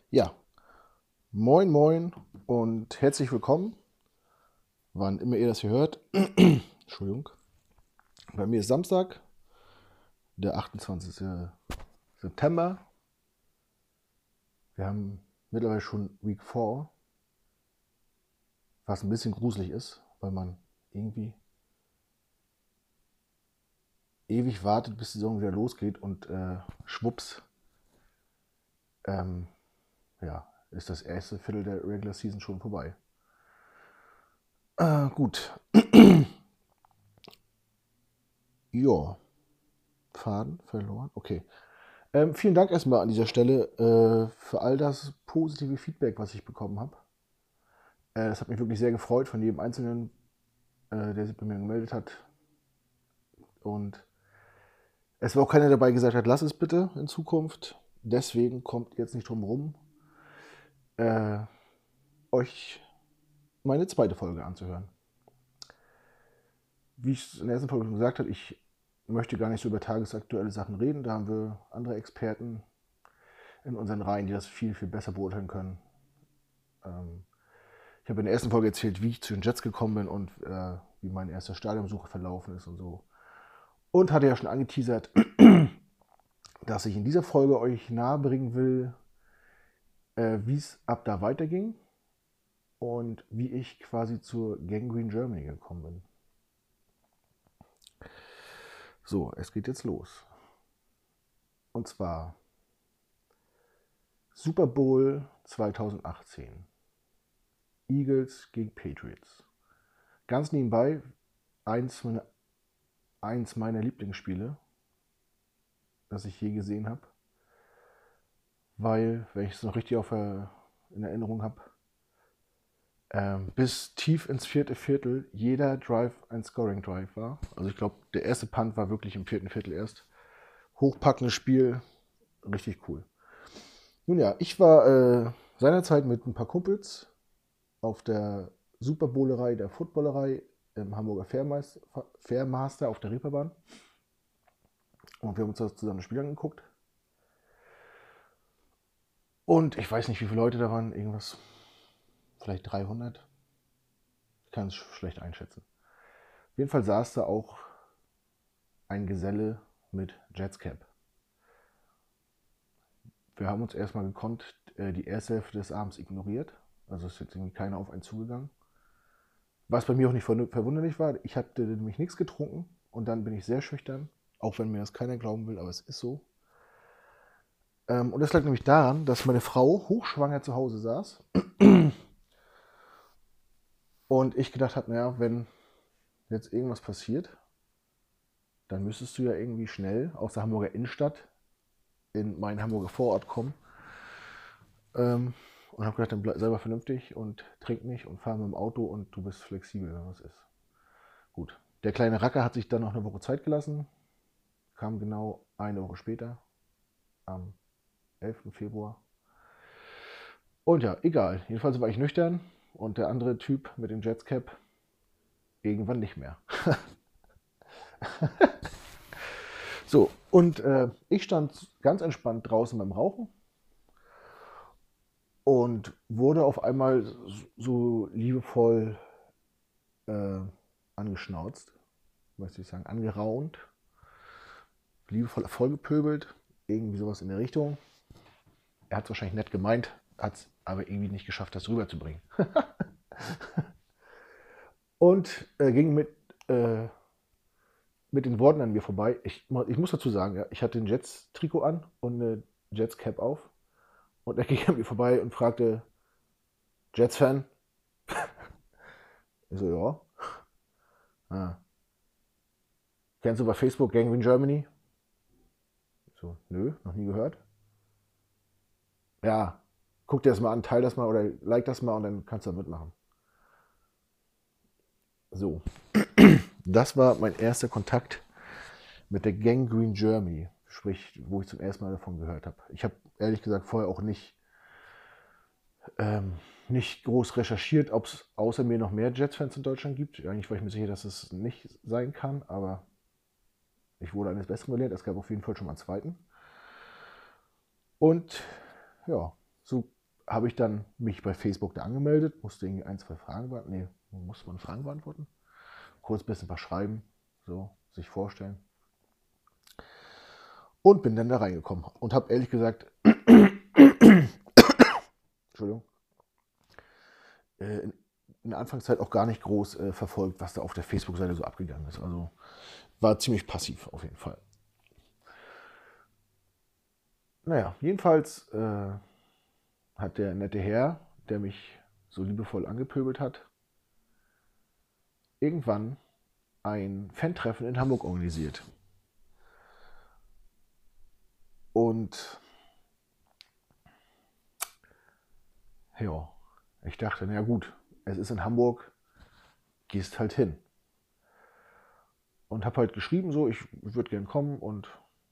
Ja, moin moin und herzlich willkommen, wann immer ihr das hier hört. Entschuldigung. Bei mir ist Samstag, der 28. September. Wir haben mittlerweile schon Week 4, was ein bisschen gruselig ist, weil man irgendwie ewig wartet, bis die Saison wieder losgeht und schwupps, ähm, ja, ist das erste Viertel der Regular Season schon vorbei. Gut. Ja, Faden verloren. Okay. Vielen Dank erstmal an dieser Stelle für all das positive Feedback, was ich bekommen habe. Das hat mich wirklich sehr gefreut von jedem Einzelnen, der sich bei mir gemeldet hat. Und es war auch keiner dabei, der gesagt hat, lass es bitte in Zukunft. Deswegen kommt jetzt nicht drum rum, äh, euch meine zweite Folge anzuhören. Wie ich es in der ersten Folge schon gesagt habe, ich möchte gar nicht so über tagesaktuelle Sachen reden. Da haben wir andere Experten in unseren Reihen, die das viel, viel besser beurteilen können. Ich habe in der ersten Folge erzählt, wie ich zu den Jets gekommen bin und wie mein erster Stadionbesuch verlaufen ist und so. Und hatte ja schon angeteasert, dass ich in dieser Folge euch nahebringen will, wie es ab da weiterging und wie ich quasi zur Gang Green Germany gekommen bin. So, es geht jetzt los. Und zwar Super Bowl 2018. Eagles gegen Patriots. Ganz nebenbei eins meiner Lieblingsspiele, das ich je gesehen habe. Weil, wenn ich es noch richtig in Erinnerung habe, bis tief ins vierte Viertel jeder Drive ein Scoring-Drive war. Also ich glaube, der erste Punt war wirklich im vierten Viertel erst. Hochpackendes Spiel, richtig cool. Nun ja, ich war seinerzeit mit ein paar Kumpels auf der Superbowlerei der Footballerei im Hamburger Fairmaster auf der Reeperbahn. Und wir haben uns das zusammen das Spiel angeguckt. Und ich weiß nicht, wie viele Leute da waren, irgendwas, vielleicht 300. Ich kann es schlecht einschätzen. Auf jeden Fall saß da auch ein Geselle mit Jetscap. Wir haben uns erstmal gekonnt die erste Hälfte des Abends ignoriert. Also ist jetzt irgendwie keiner auf einen zugegangen. Was bei mir auch nicht verwunderlich war, ich hatte nämlich nichts getrunken und dann bin ich sehr schüchtern, auch wenn mir das keiner glauben will, aber es ist so. Und das lag nämlich daran, dass meine Frau hochschwanger zu Hause saß und ich gedacht habe, naja, wenn jetzt irgendwas passiert, dann müsstest du ja irgendwie schnell aus der Hamburger Innenstadt in meinen Hamburger Vorort kommen. Und habe gedacht, dann bleib selber vernünftig und trink nicht und fahr mit dem Auto und du bist flexibel, wenn was ist. Gut. Der kleine Racker hat sich dann noch eine Woche Zeit gelassen, kam genau eine Woche später, am 11. Februar. Und ja, egal. Jedenfalls war ich nüchtern und der andere Typ mit dem Jetscap irgendwann nicht mehr. So, und ich stand ganz entspannt draußen beim Rauchen und wurde auf einmal so liebevoll angeschnauzt, möchte ich sagen, angeraunt, liebevoll vollgepöbelt, irgendwie sowas in der Richtung. Er hat es wahrscheinlich nett gemeint, hat es aber irgendwie nicht geschafft, das rüberzubringen. Und ging mit den Worten an mir vorbei. Ich muss dazu sagen, ja, ich hatte ein Jets-Trikot an und eine Jets-Cap auf. Und er ging an mir vorbei und fragte, Jets-Fan? Ich so, ja. Ah. Kennst du bei Facebook Gang in Germany? Ich so, nö, noch nie gehört. Ja, guck dir das mal an, teil das mal oder like das mal und dann kannst du da mitmachen. So, das war mein erster Kontakt mit der Gang Green Germany, sprich, wo ich zum ersten Mal davon gehört habe. Ich habe ehrlich gesagt vorher auch ähm, nicht groß recherchiert, ob es außer mir noch mehr Jets-Fans in Deutschland gibt. Eigentlich war ich mir sicher, dass es nicht sein kann, aber ich wurde eines Besseren belehrt. Es gab auf jeden Fall schon mal einen zweiten. Und ja, so habe ich dann mich bei Facebook da angemeldet, musste irgendwie 1, 2 Fragen beantworten. Nee, musste man Fragen beantworten. Kurz ein bisschen was schreiben, so sich vorstellen. Und bin dann da reingekommen und habe ehrlich gesagt, Entschuldigung, in der Anfangszeit auch gar nicht groß verfolgt, was da auf der Facebook-Seite so abgegangen ist. Also war ziemlich passiv auf jeden Fall. Naja, jedenfalls hat der nette Herr, der mich so liebevoll angepöbelt hat, irgendwann ein Fan-Treffen in Hamburg organisiert. Und ja, ich dachte, na gut, es ist in Hamburg, gehst halt hin. Und habe halt geschrieben, so, ich würde gern kommen. Und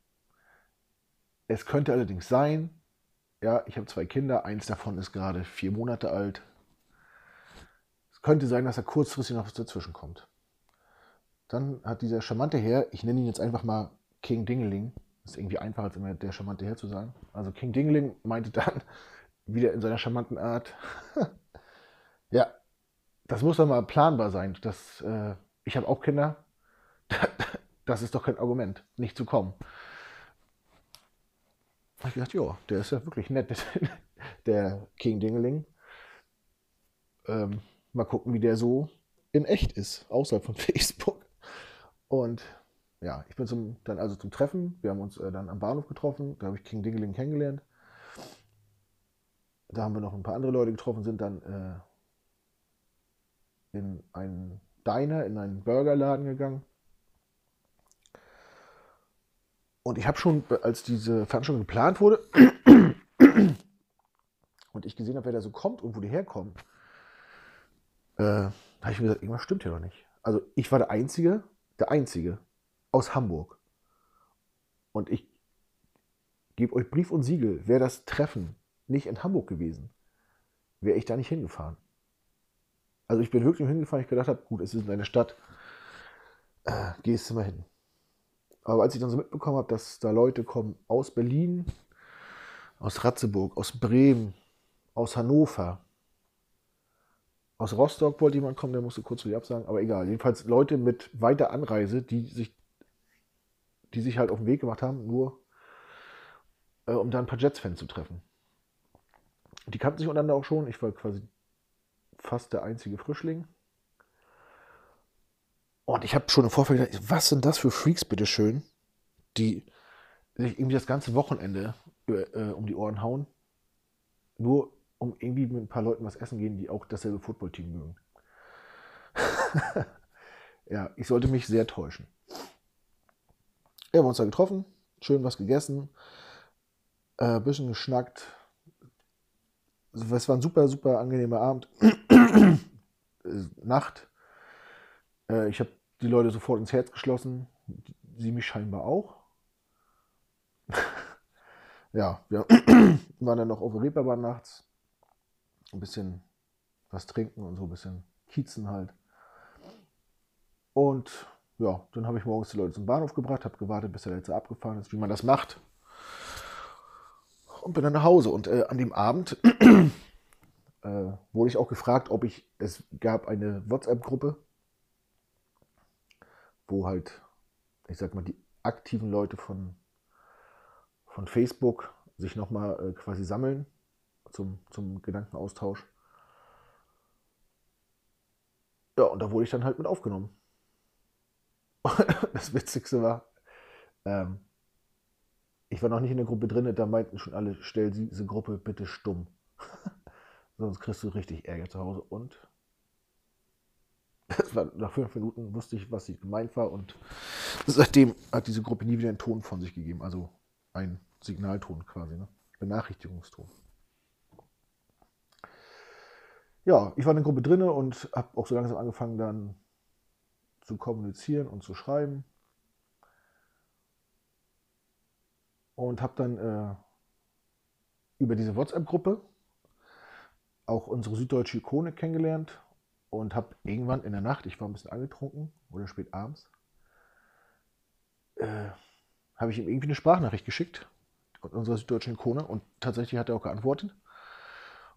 es könnte allerdings sein, ja, ich habe 2 Kinder, eins davon ist gerade 4 Monate alt. Es könnte sein, dass da kurzfristig noch was dazwischen kommt. Dann hat dieser charmante Herr, ich nenne ihn jetzt einfach mal King Dingeling, ist irgendwie einfacher als immer der charmante Herr zu sagen. Also King Dingeling meinte dann wieder in seiner charmanten Art, ja, das muss doch mal planbar sein. Ich habe auch Kinder, das ist doch kein Argument, nicht zu kommen. Da habe ich gedacht, ja, der ist ja wirklich nett, der King Dingeling. Mal gucken, wie der so in echt ist, außerhalb von Facebook. Und ja, ich bin dann also zum Treffen. Wir haben uns dann am Bahnhof getroffen. Da habe ich King Dingeling kennengelernt. Da haben wir noch ein paar andere Leute getroffen, sind dann in einen Diner, in einen Burgerladen gegangen. Und ich habe schon, als diese Veranstaltung geplant wurde und ich gesehen habe, wer da so kommt und wo die herkommen, habe ich mir gesagt, irgendwas stimmt hier doch nicht. Also ich war der Einzige aus Hamburg. Und ich gebe euch Brief und Siegel, wäre das Treffen nicht in Hamburg gewesen, wäre ich da nicht hingefahren. Also ich bin wirklich hingefahren, ich gedacht habe, gut, es ist in einer Stadt, gehst du mal hin. Aber als ich dann so mitbekommen habe, dass da Leute kommen aus Berlin, aus Ratzeburg, aus Bremen, aus Hannover, aus Rostock wollte jemand kommen, der musste kurzfristig absagen, aber egal. Jedenfalls Leute mit weiter Anreise, die sich halt auf den Weg gemacht haben, nur um da ein paar Jets-Fans zu treffen. Die kannten sich untereinander auch schon. Ich war quasi fast der einzige Frischling. Und ich habe schon im Vorfeld gedacht, was sind das für Freaks, bitteschön, die sich irgendwie das ganze Wochenende um die Ohren hauen, nur um irgendwie mit ein paar Leuten was essen gehen, die auch dasselbe Footballteam mögen. Ja, ich sollte mich sehr täuschen. Wir haben uns da getroffen, schön was gegessen, bisschen geschnackt. Es war ein super, super angenehmer Abend. Nacht. Ich habe die Leute sofort ins Herz geschlossen. Sie mich scheinbar auch. Ja, wir waren dann noch auf der Reeperbahn nachts. Ein bisschen was trinken und so ein bisschen kiezen halt. Und ja, dann habe ich morgens die Leute zum Bahnhof gebracht, habe gewartet, bis der letzte abgefahren ist, wie man das macht. Und bin dann nach Hause. Und an dem Abend wurde ich auch gefragt, es gab eine WhatsApp-Gruppe, wo halt, ich sag mal, die aktiven Leute von Facebook sich nochmal quasi sammeln zum Gedankenaustausch. Ja, und da wurde ich dann halt mit aufgenommen. Das Witzigste war, ich war noch nicht in der Gruppe drin, da meinten schon alle, stell diese Gruppe bitte stumm. Sonst kriegst du richtig Ärger zu Hause. Und nach 5 Minuten wusste ich, was gemeint war. Und seitdem hat diese Gruppe nie wieder einen Ton von sich gegeben. Also ein Signalton quasi, ne? Benachrichtigungston. Ja, ich war in der Gruppe drin und habe auch so langsam angefangen dann zu kommunizieren und zu schreiben. Und habe dann über diese WhatsApp-Gruppe auch unsere süddeutsche Ikone kennengelernt und habe irgendwann in der Nacht, ich war ein bisschen angetrunken oder spät abends, habe ich ihm irgendwie eine Sprachnachricht geschickt, unserer süddeutschen Ikone, und tatsächlich hat er auch geantwortet.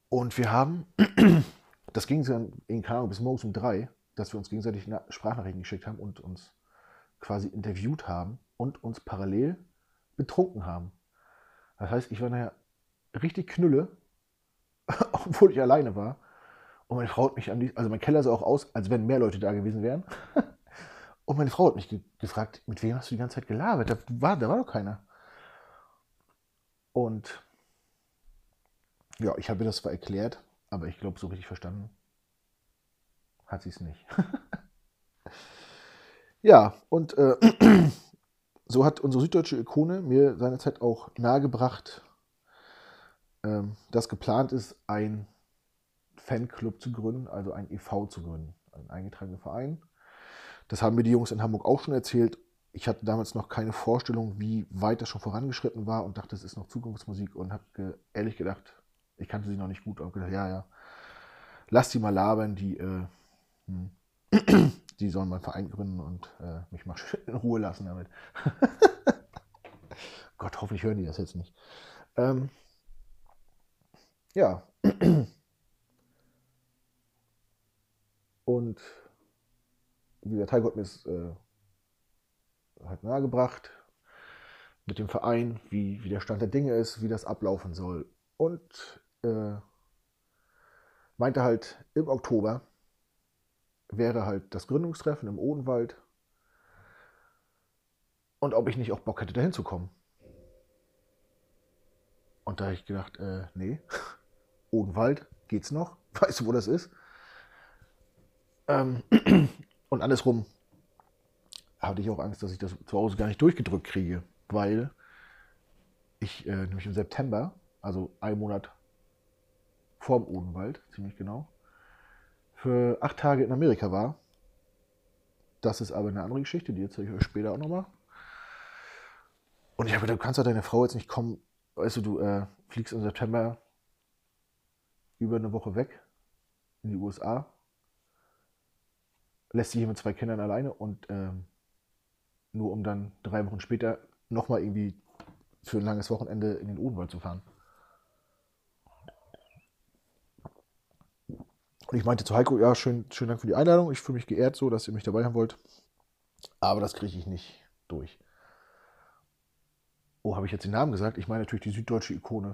Und wir haben, das ging dann in keine Ahnung, bis morgens um 3, dass wir uns gegenseitig Sprachnachrichten geschickt haben und uns quasi interviewt haben und uns parallel betrunken haben. Das heißt, ich war nachher richtig knülle, obwohl ich alleine war. Und meine Frau hat mich also mein Keller sah auch aus, als wenn mehr Leute da gewesen wären. Und meine Frau hat mich gefragt, mit wem hast du die ganze Zeit gelabert? Da war doch keiner. Und ja, ich habe ihr das zwar erklärt, aber ich glaube, so richtig verstanden hat sie es nicht. Ja, und so hat unsere süddeutsche Ikone mir seinerzeit auch nahegebracht, dass geplant ist, ein Fanclub zu gründen, also ein e.V. zu gründen, ein eingetragener Verein. Das haben mir die Jungs in Hamburg auch schon erzählt. Ich hatte damals noch keine Vorstellung, wie weit das schon vorangeschritten war und dachte, das ist noch Zukunftsmusik und habe ehrlich gedacht, ich kannte sie noch nicht gut, aber gedacht, ja, lass die mal labern, die sollen mal einen Verein gründen und mich mal in Ruhe lassen damit. Gott, hoffentlich hören die das jetzt nicht. Ja. Und wie der Teil hat mir es halt nahegebracht mit dem Verein, wie der Stand der Dinge ist, wie das ablaufen soll. Und meinte halt, im Oktober wäre halt das Gründungstreffen im Odenwald und ob ich nicht auch Bock hätte, da hinzukommen. Und da habe ich gedacht, nee, Odenwald, geht's noch? Weißt du, wo das ist? Und andersrum hatte ich auch Angst, dass ich das zu Hause gar nicht durchgedrückt kriege, weil ich nämlich im September, also einen Monat vorm Odenwald, ziemlich genau, für 8 Tage in Amerika war. Das ist aber eine andere Geschichte, die erzähle ich euch später auch nochmal. Und ich habe gedacht, du kannst doch deine Frau jetzt nicht kommen, weißt du, du fliegst im September über eine Woche weg in die USA, lässt sie hier mit 2 Kindern alleine und nur um dann 3 Wochen später nochmal irgendwie für ein langes Wochenende in den Odenwald zu fahren. Und ich meinte zu Heiko, ja, schönen Dank für die Einladung. Ich fühle mich geehrt so, dass ihr mich dabei haben wollt. Aber das kriege ich nicht durch. Oh, habe ich jetzt den Namen gesagt? Ich meine natürlich die süddeutsche Ikone.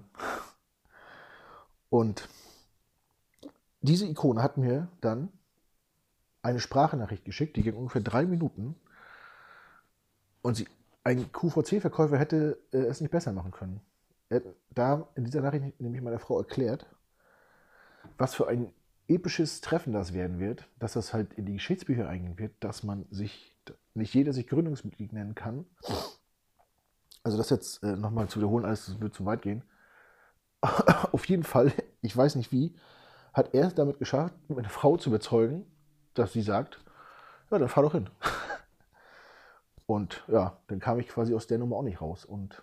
Und diese Ikone hat mir dann eine Sprachnachricht geschickt, die ging ungefähr 3 Minuten. Und ein QVC-Verkäufer hätte es nicht besser machen können. Er hat da in dieser Nachricht nämlich meiner Frau erklärt, was für ein episches Treffen das werden wird, dass das halt in die Geschichtsbücher eingehen wird, dass nicht jeder sich Gründungsmitglied nennen kann. Also das jetzt nochmal zu wiederholen, alles das wird zu weit gehen. Auf jeden Fall, ich weiß nicht wie, hat er es damit geschafft, meine Frau zu überzeugen, dass sie sagt, ja, dann fahr doch hin. Und ja, dann kam ich quasi aus der Nummer auch nicht raus. Und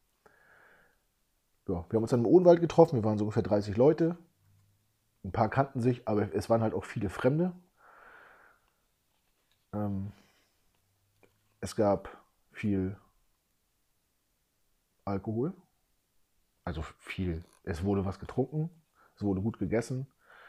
ja, wir haben uns dann im Odenwald getroffen, wir waren so ungefähr 30 Leute. Ein paar kannten sich, aber es waren halt auch viele Fremde. Es gab viel Alkohol. Also viel. Es wurde was getrunken, es wurde gut gegessen.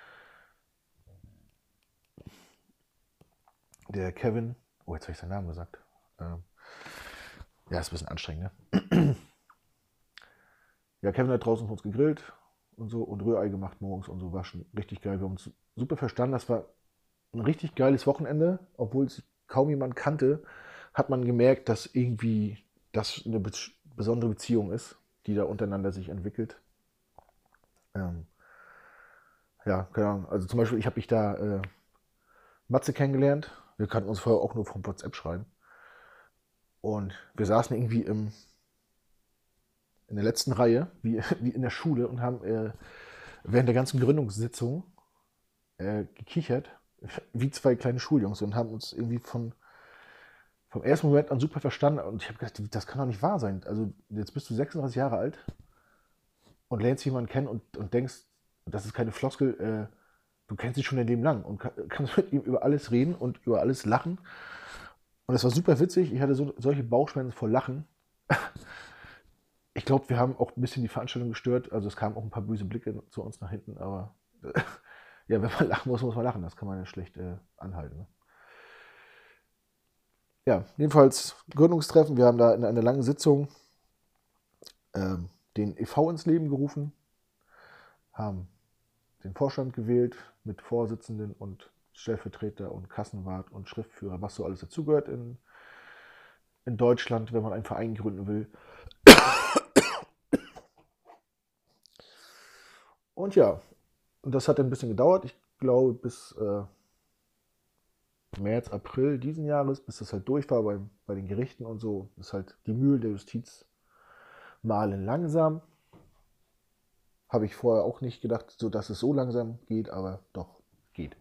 Der Kevin, oh, jetzt habe ich seinen Namen gesagt. Ja, ist ein bisschen anstrengend, ne? Ja, Kevin hat draußen für uns gegrillt und so und Rührei gemacht morgens und so, war schon richtig geil. Wir haben uns super verstanden. Das war ein richtig geiles Wochenende, obwohl es kaum jemand kannte, hat man gemerkt, dass irgendwie das eine besondere Beziehung ist, die da untereinander sich entwickelt. Ja, keine Ahnung. Also zum Beispiel, ich habe mich da Matze kennengelernt. Wir kannten uns vorher auch nur vom WhatsApp schreiben. Und wir saßen irgendwie in der letzten Reihe, wie in der Schule, und haben während der ganzen Gründungssitzung gekichert, wie 2 kleine Schuljungs, und haben uns irgendwie vom ersten Moment an super verstanden. Und ich habe gedacht, das kann doch nicht wahr sein. Also jetzt bist du 36 Jahre alt und lernst jemanden kennen und denkst, das ist keine Floskel, du kennst ihn schon dein Leben lang und kannst mit ihm über alles reden und über alles lachen. Und das war super witzig. Ich hatte solche Bauchschmerzen vor Lachen. Ich glaube, wir haben auch ein bisschen die Veranstaltung gestört. Also es kamen auch ein paar böse Blicke zu uns nach hinten, aber ja, wenn man lachen muss, muss man lachen. Das kann man ja schlecht anhalten. Ne? Ja, jedenfalls Gründungstreffen. Wir haben da in einer langen Sitzung den e.V. ins Leben gerufen, haben den Vorstand gewählt mit Vorsitzenden und Stellvertreter und Kassenwart und Schriftführer, was so alles dazugehört in Deutschland, wenn man einen Verein gründen will. Und ja, das hat ein bisschen gedauert. Ich glaube, bis März, April diesen Jahres, bis das halt durch war bei den Gerichten und so, ist halt die Mühlen der Justiz mahlen langsam. Habe ich vorher auch nicht gedacht, so dass es so langsam geht, aber doch, geht.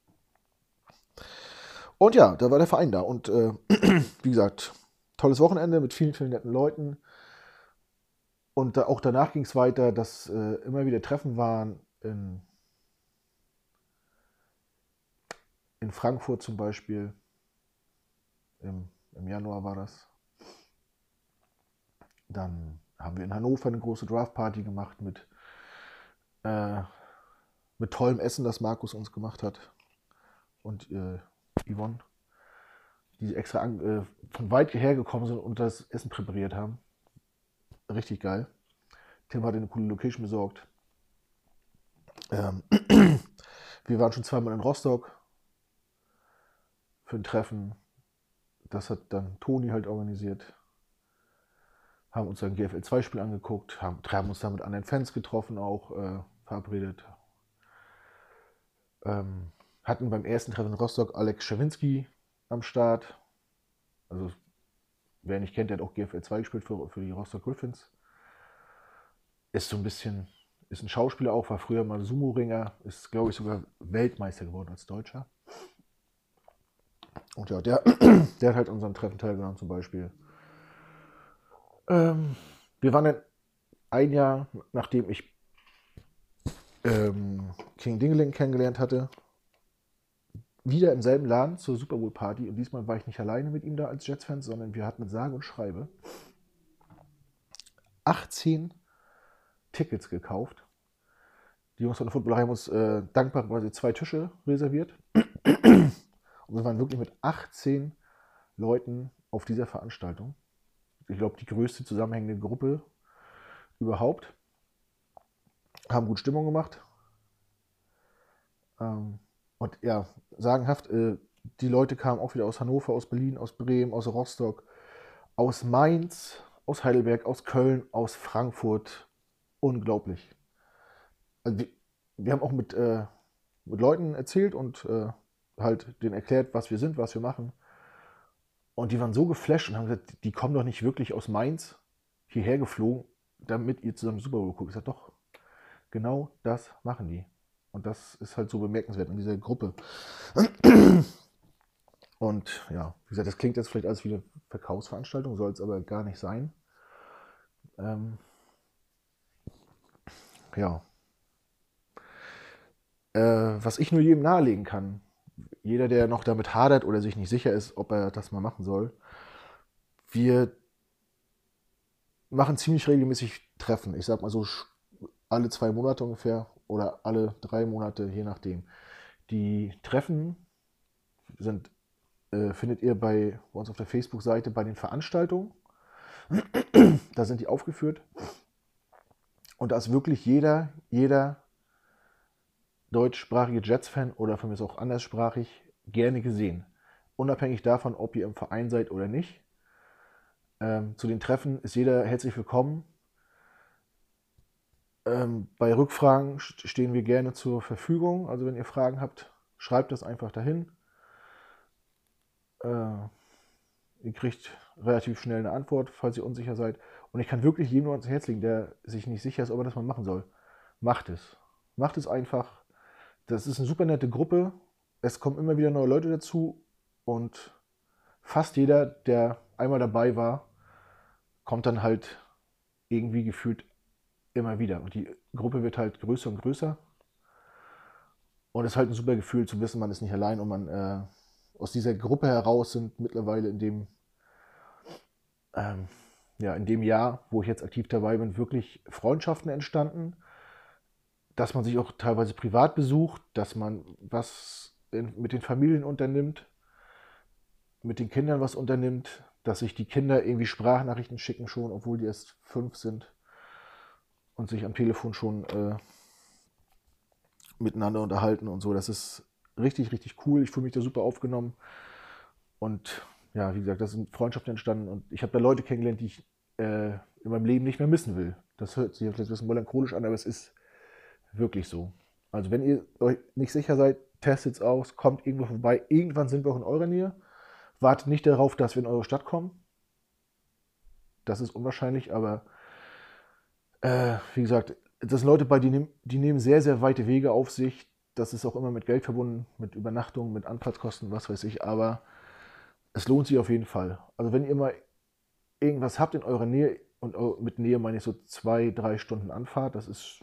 Und ja, da war der Verein da. Und wie gesagt, tolles Wochenende mit vielen, vielen netten Leuten. Und auch danach ging es weiter, dass immer wieder Treffen waren in Frankfurt zum Beispiel. Im Januar war das. Dann haben wir in Hannover eine große Draftparty gemacht mit tollem Essen, das Markus uns gemacht hat. Und Yvonne, die extra von weit hierher gekommen sind und das Essen präpariert haben. Richtig geil. Tim hat eine coole Location besorgt. Wir waren schon zweimal in Rostock für ein Treffen. Das hat dann Toni halt organisiert. Haben uns ein GFL 2-Spiel angeguckt, haben uns da mit anderen Fans getroffen, auch verabredet. Hatten beim ersten Treffen in Rostock Alex Schawinski am Start. Also, wer ihn nicht kennt, der hat auch GFL 2 gespielt für die Rostock Griffins. Ist so ein bisschen, ist ein Schauspieler auch, war früher mal Sumo-Ringer, ist, glaube ich, sogar Weltmeister geworden als Deutscher. Und ja, der hat halt unseren Treffen teilgenommen zum Beispiel. Wir waren dann ein Jahr, nachdem ich King Dingeling kennengelernt hatte, wieder im selben Laden zur Super Bowl Party. Und diesmal war ich nicht alleine mit ihm da als Jets-Fans, sondern wir hatten mit sage und schreibe 18 Tickets gekauft. Die Jungs von der Footballerei haben uns dankbarerweise 2 Tische reserviert. Und wir waren wirklich mit 18 Leuten auf dieser Veranstaltung. Ich glaube, die größte zusammenhängende Gruppe überhaupt. Haben gut Stimmung gemacht. Und ja, sagenhaft, die Leute kamen auch wieder aus Hannover, aus Berlin, aus Bremen, aus Rostock, aus Mainz, aus Heidelberg, aus Köln, aus Frankfurt. Unglaublich. Also wir haben auch mit Leuten erzählt und halt denen erklärt, was wir sind, was wir machen. Und die waren so geflasht und haben gesagt, die kommen doch nicht wirklich aus Mainz hierher geflogen, damit ihr zusammen Super Bowl guckt. Ich sage, doch, genau das machen die. Und das ist halt so bemerkenswert in dieser Gruppe. Und ja, wie gesagt, das klingt jetzt vielleicht alles wie eine Verkaufsveranstaltung, soll es aber gar nicht sein. Ja. Was ich nur jedem nahelegen kann, jeder, der noch damit hadert oder sich nicht sicher ist, ob er das mal machen soll, wir machen ziemlich regelmäßig Treffen. Ich sag mal so alle 2 Monate ungefähr oder alle 3 Monate, je nachdem. Die Treffen findet ihr bei uns auf der Facebook-Seite bei den Veranstaltungen. Da sind die aufgeführt. Und da ist wirklich jeder deutschsprachige Jets-Fan oder von mir auch anderssprachig gerne gesehen. Unabhängig davon, ob ihr im Verein seid oder nicht. Zu den Treffen ist jeder herzlich willkommen. Bei Rückfragen stehen wir gerne zur Verfügung. Also wenn ihr Fragen habt, schreibt das einfach dahin. Ihr kriegt relativ schnell eine Antwort, falls ihr unsicher seid. Und ich kann wirklich jedem nur ans Herz legen, der sich nicht sicher ist, ob er das mal machen soll. Macht es. Macht es einfach. Das ist eine super nette Gruppe. Es kommen immer wieder neue Leute dazu. Und fast jeder, der einmal dabei war, kommt dann halt irgendwie gefühlt immer wieder. Und die Gruppe wird halt größer und größer. Und es ist halt ein super Gefühl zu wissen, man ist nicht allein und man aus dieser Gruppe heraus sind mittlerweile in dem ja, in dem Jahr, wo ich jetzt aktiv dabei bin, wirklich Freundschaften entstanden, dass man sich auch teilweise privat besucht, dass man was mit den Familien unternimmt, mit den Kindern was unternimmt, dass sich die Kinder irgendwie Sprachnachrichten schicken schon, obwohl die erst 5 sind und sich am Telefon schon miteinander unterhalten und so. Das ist richtig, richtig cool. Ich fühle mich da super aufgenommen. Und ja, wie gesagt, da sind Freundschaften entstanden und ich habe da Leute kennengelernt, die ich in meinem Leben nicht mehr missen will. Das hört sich vielleicht ein bisschen melancholisch an, aber es ist wirklich so. Also wenn ihr euch nicht sicher seid, testet es aus, kommt irgendwo vorbei. Irgendwann sind wir auch in eurer Nähe. Wartet nicht darauf, dass wir in eure Stadt kommen. Das ist unwahrscheinlich, aber wie gesagt, das sind Leute bei, die nehmen sehr, sehr weite Wege auf sich. Das ist auch immer mit Geld verbunden, mit Übernachtung, mit Anfahrtskosten, was weiß ich. Aber es lohnt sich auf jeden Fall. Also wenn ihr mal irgendwas habt in eurer Nähe, und mit Nähe meine ich so 2, 3 Stunden Anfahrt, das ist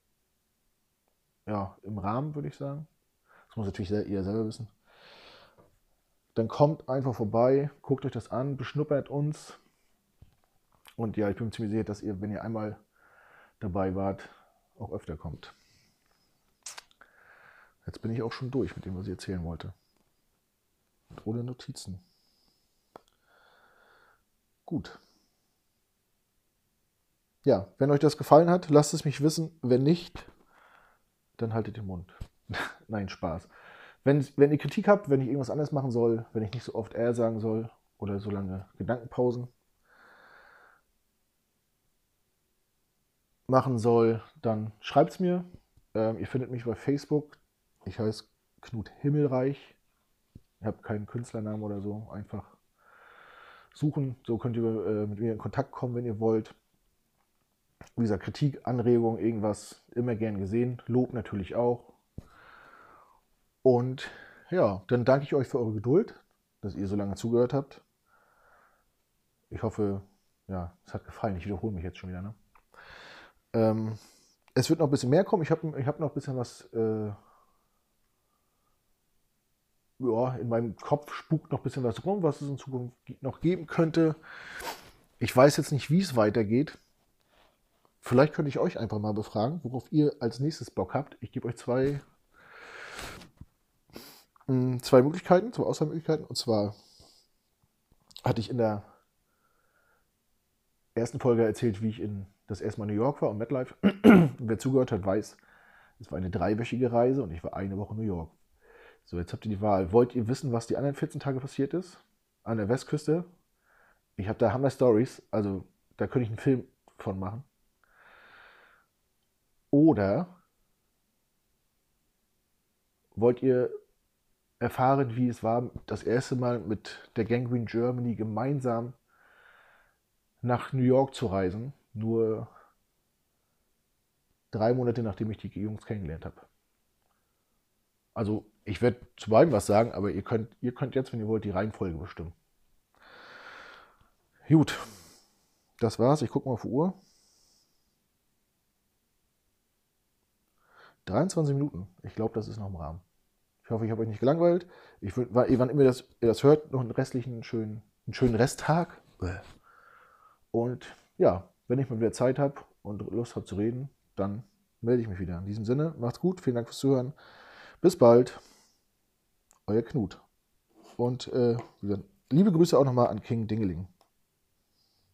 ja im Rahmen, würde ich sagen. Das muss natürlich ihr selber wissen. Dann kommt einfach vorbei, guckt euch das an, beschnuppert uns. Und ja, ich bin ziemlich sicher, dass ihr, wenn ihr einmal dabei wart, auch öfter kommt. Jetzt bin ich auch schon durch mit dem, was ich erzählen wollte. Und ohne Notizen. Gut. Ja, wenn euch das gefallen hat, lasst es mich wissen. Wenn nicht, dann haltet den Mund. Nein, Spaß. Wenn ihr Kritik habt, wenn ich irgendwas anderes machen soll, wenn ich nicht so oft sagen soll oder so lange Gedankenpausen machen soll, dann schreibt es mir. Ihr findet mich bei Facebook. Ich heiße Knut Himmelreich. Ich habe keinen Künstlernamen oder so. Einfach suchen. So könnt ihr mit mir in Kontakt kommen, wenn ihr wollt. Wie gesagt, Kritik, Anregung, irgendwas immer gern gesehen. Lob natürlich auch. Und ja, dann danke ich euch für eure Geduld, dass ihr so lange zugehört habt. Ich hoffe, ja, es hat gefallen. Ich wiederhole mich jetzt schon wieder. Ne? Es wird noch ein bisschen mehr kommen. Ich hab noch ein bisschen was. Ja, in meinem Kopf spukt noch ein bisschen was rum, was es in Zukunft noch geben könnte. Ich weiß jetzt nicht, wie es weitergeht. Vielleicht könnte ich euch einfach mal befragen, worauf ihr als nächstes Bock habt. Ich gebe euch zwei Möglichkeiten, zwei Auswahlmöglichkeiten. Und zwar hatte ich in der ersten Folge erzählt, wie ich das erste Mal in New York war und MetLife. Wer zugehört hat, weiß, es war eine 3-wöchige Reise und ich war eine Woche in New York. So, jetzt habt ihr die Wahl. Wollt ihr wissen, was die anderen 14 Tage passiert ist? An der Westküste? Ich habe da Hammer-Stories, also da könnte ich einen Film von machen. Oder wollt ihr erfahren, wie es war, das erste Mal mit der Gangrene Germany gemeinsam nach New York zu reisen, nur 3 Monate nachdem ich die Jungs kennengelernt habe. Also ich werde zu beidem was sagen, aber ihr könnt jetzt, wenn ihr wollt, die Reihenfolge bestimmen. Gut, das war's. Ich gucke mal auf die Uhr. 23 Minuten. Ich glaube, das ist noch im Rahmen. Ich hoffe, ich habe euch nicht gelangweilt. Ich wünsche, wann immer ihr das hört, noch einen schönen Resttag. Und ja, wenn ich mal wieder Zeit habe und Lust habe zu reden, dann melde ich mich wieder. In diesem Sinne, macht's gut. Vielen Dank fürs Zuhören. Bis bald. Euer Knut. Und liebe Grüße auch nochmal an King Dingeling.